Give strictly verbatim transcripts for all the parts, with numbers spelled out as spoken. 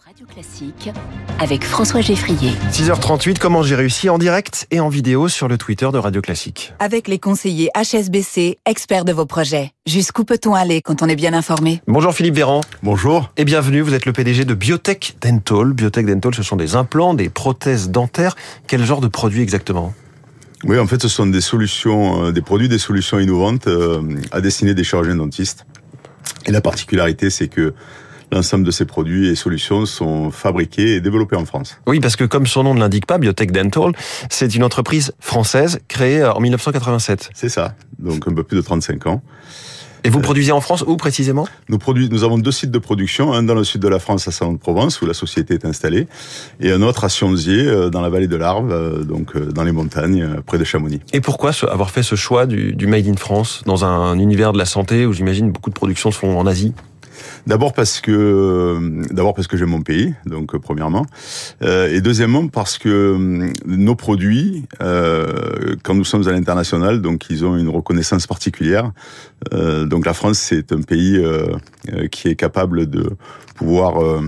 Radio Classique avec François Geffrier. six heures trente-huit, comment j'ai réussi en direct et en vidéo sur le Twitter de Radio Classique. Avec les conseillers H S B C, experts de vos projets. Jusqu'où peut-on aller quand on est bien informé ? Bonjour Philippe Véran. Bonjour. Et bienvenue, vous êtes le P D G de Biotech Dental. Biotech Dental, ce sont des implants, des prothèses dentaires. Quel genre de produits exactement ? Oui, en fait, ce sont des solutions, des produits, des solutions innovantes euh, à destiner des chirurgiens dentistes. Et la particularité, c'est que l'ensemble de ces produits et solutions sont fabriqués et développés en France. Oui, parce que comme son nom ne l'indique pas, Biotech Dental, c'est une entreprise française créée en dix-neuf cent quatre-vingt-sept. C'est ça, donc un peu plus de trente-cinq ans. Et vous produisez en France, où précisément ? Nous, produis, nous avons deux sites de production, un dans le sud de la France, à Salon-de-Provence, où la société est installée, et un autre à Sionzier, dans la vallée de l'Arve, donc dans les montagnes, près de Chamonix. Et pourquoi avoir fait ce choix du, du Made in France, dans un univers de la santé où j'imagine beaucoup de productions se font en Asie ? D'abord parce que d'abord parce que j'aime mon pays, donc premièrement, euh, et deuxièmement parce que nos produits, euh, quand nous sommes à l'international, donc ils ont une reconnaissance particulière. Euh, donc la France, c'est un pays euh, qui est capable de pouvoir euh,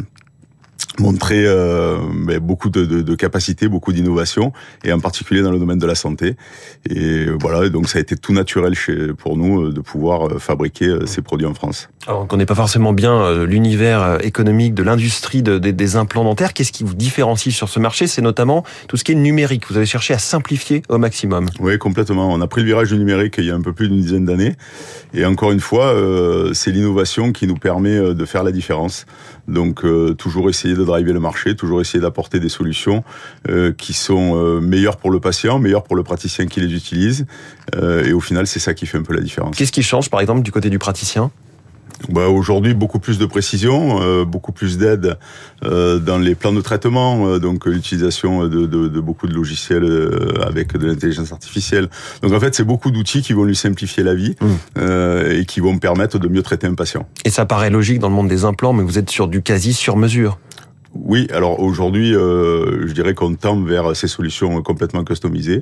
montrer euh, beaucoup de, de, de capacités, beaucoup d'innovation, et en particulier dans le domaine de la santé. Et voilà, donc ça a été tout naturel chez, pour nous de pouvoir fabriquer ces produits en France. Alors, on ne connaît pas forcément bien l'univers économique de l'industrie de, de, des implants dentaires. Qu'est-ce qui vous différencie sur ce marché ? C'est notamment tout ce qui est numérique. Vous avez cherché à simplifier au maximum. Oui, complètement. On a pris le virage du numérique il y a un peu plus d'une dizaine d'années. Et encore une fois, euh, c'est l'innovation qui nous permet de faire la différence. Donc, euh, toujours essayer de driver le marché, toujours essayer d'apporter des solutions euh, qui sont euh, meilleures pour le patient, meilleures pour le praticien qui les utilise. Euh, et au final, c'est ça qui fait un peu la différence. Qu'est-ce qui change, par exemple, du côté du praticien ? Bah, aujourd'hui, beaucoup plus de précision, euh, beaucoup plus d'aide euh, dans les plans de traitement, euh, donc l'utilisation de, de, de beaucoup de logiciels euh, avec de l'intelligence artificielle. Donc en fait, c'est beaucoup d'outils qui vont lui simplifier la vie mmh. euh, et qui vont permettre de mieux traiter un patient. Et ça paraît logique dans le monde des implants, mais vous êtes sur du quasi sur mesure. Oui, alors aujourd'hui, euh, je dirais qu'on tend vers ces solutions complètement customisées.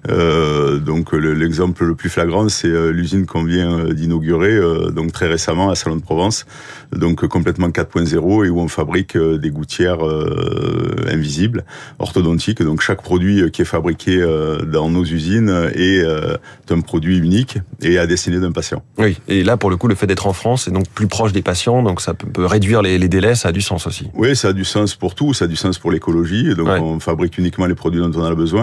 Euh, donc le, l'exemple le plus flagrant, c'est euh, l'usine qu'on vient d'inaugurer, euh, donc très récemment à Salon-de-Provence, donc complètement quatre point zéro, et où on fabrique euh, des gouttières euh, invisibles, orthodontiques. Donc chaque produit qui est fabriqué euh, dans nos usines est euh, un produit unique et à destinée d'un patient. Oui, et là pour le coup, le fait d'être en France est donc plus proche des patients, donc ça peut, peut réduire les, les délais, ça a du sens aussi. Oui, ça a du sens pour tout, ça a du sens pour l'écologie, donc ouais. On fabrique uniquement les produits dont on a besoin.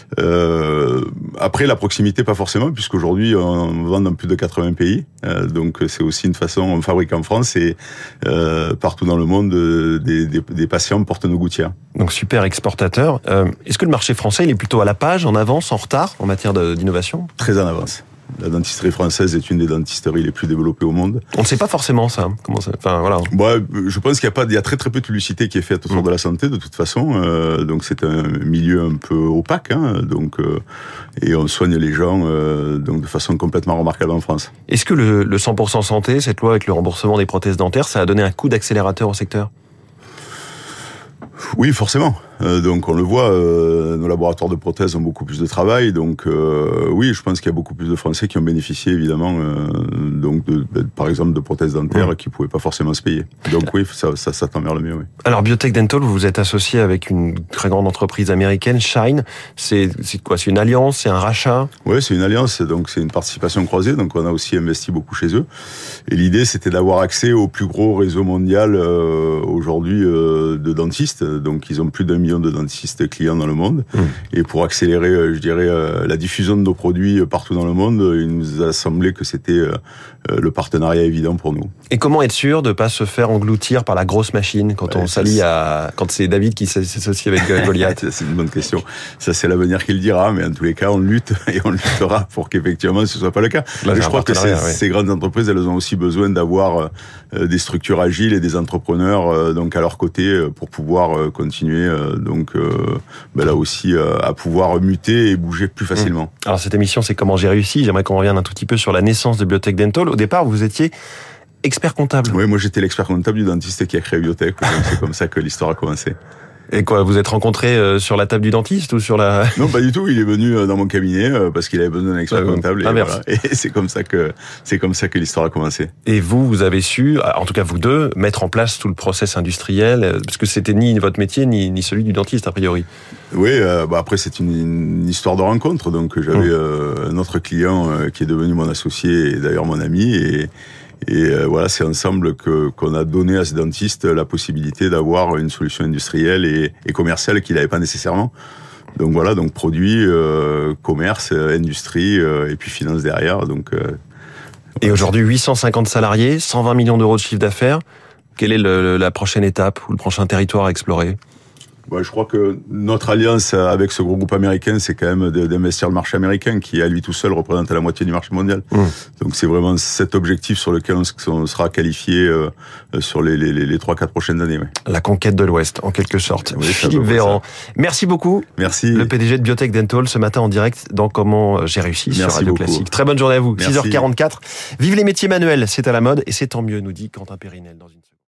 Euh, après, la proximité, pas forcément, puisqu'aujourd'hui, on vend dans plus de quatre-vingts pays, euh, donc c'est aussi une façon, on fabrique en France, et euh, partout dans le monde, des, des, des patients portent nos gouttières. Donc super exportateur. Euh, est-ce que le marché français, il est plutôt à la page, en avance, en retard, en matière de, d'innovation ? Très en avance. La dentisterie française est une des dentisteries les plus développées au monde. On ne sait pas forcément ça. Comment ça enfin voilà. Bon, je pense qu'il y a pas, il y a très très peu de publicité qui est faite autour mmh. de la santé de toute façon. Euh, donc c'est un milieu un peu opaque. Hein, donc euh, et on soigne les gens euh, donc de façon complètement remarquable en France. Est-ce que le, le cent pour cent santé, cette loi avec le remboursement des prothèses dentaires, ça a donné un coup d'accélérateur au secteur ? Oui, forcément. Euh, donc on le voit, euh, nos laboratoires de prothèses ont beaucoup plus de travail. Donc euh, oui, je pense qu'il y a beaucoup plus de Français qui ont bénéficié évidemment, euh, donc de, de, par exemple de prothèses dentaires mmh. qui pouvaient pas forcément se payer. Donc oui, ça, ça, ça tend vers le mieux. Oui. Alors Biotech Dental, vous vous êtes associé avec une très grande entreprise américaine, Shine. C'est, c'est quoi ? C'est une alliance ? C'est un rachat ? Oui, c'est une alliance. Donc c'est une participation croisée. Donc on a aussi investi beaucoup chez eux. Et l'idée, c'était d'avoir accès au plus gros réseau mondial euh, aujourd'hui euh, de dentistes. Donc ils ont plus d'un million de dentistes clients dans le monde. Mmh. Et pour accélérer, je dirais, la diffusion de nos produits partout dans le monde, il nous a semblé que c'était le partenariat évident pour nous. Et comment être sûr de ne pas se faire engloutir par la grosse machine quand ouais, on s'allie à, quand c'est David qui s'associe avec Goliath? C'est une bonne question. Ça, c'est l'avenir qui le dira, mais en tous les cas, on lutte et on luttera pour qu'effectivement ce soit pas le cas. Là, je crois que ces, ouais. ces grandes entreprises, elles ont aussi besoin d'avoir des structures agiles et des entrepreneurs donc à leur côté pour pouvoir continuer donc ben là aussi à pouvoir muter et bouger plus facilement. Mmh. Alors cette émission, c'est comment j'ai réussi. J'aimerais qu'on revienne un tout petit peu sur la naissance de Biotech Dental. Au départ, vous étiez expert comptable. Oui, moi j'étais l'expert comptable du dentiste qui a créé Biotech. Donc c'est comme ça que l'histoire a commencé. Et quoi, vous êtes rencontrés euh, sur la table du dentiste ou sur la... Non, pas du tout. Il est venu euh, dans mon cabinet euh, parce qu'il avait besoin d'un expert Ouais, comptable. Et, inverse. voilà. Et c'est comme ça que c'est comme ça que l'histoire a commencé. Et vous, vous avez su, en tout cas vous deux, mettre en place tout le process industriel, euh, parce que c'était ni votre métier ni, ni celui du dentiste a priori. Oui, euh, bah après c'est une, une histoire de rencontre. Donc j'avais Mmh. euh, un autre client euh, qui est devenu mon associé et d'ailleurs mon ami. Et, et euh, voilà, c'est ensemble que qu'on a donné à ce dentiste la possibilité d'avoir une solution industrielle et, et commerciale qu'il n'avait pas nécessairement. Donc voilà, donc produit, euh, commerce, industrie euh, et puis finance derrière. Donc euh, Et voilà. aujourd'hui, huit cent cinquante salariés, cent vingt millions d'euros de chiffre d'affaires. Quelle est le, la prochaine étape ou le prochain territoire à explorer ? Ouais, je crois que notre alliance avec ce gros groupe américain, c'est quand même d'investir le marché américain, qui à lui tout seul représente la moitié du marché mondial. Mmh. Donc c'est vraiment cet objectif sur lequel on sera qualifié euh, sur les, les, les trois quatre prochaines années. Ouais. La conquête de l'Ouest, en quelque sorte. Oui, Philippe Véran, merci beaucoup. Merci. Le P D G de Biotech Dental, ce matin en direct dans Comment j'ai réussi merci sur Radio beaucoup. Classique. Très bonne journée à vous. Merci. six heures quarante-quatre. Vive les métiers manuels, c'est à la mode et c'est tant mieux, nous dit Quentin Périnel dans une seconde.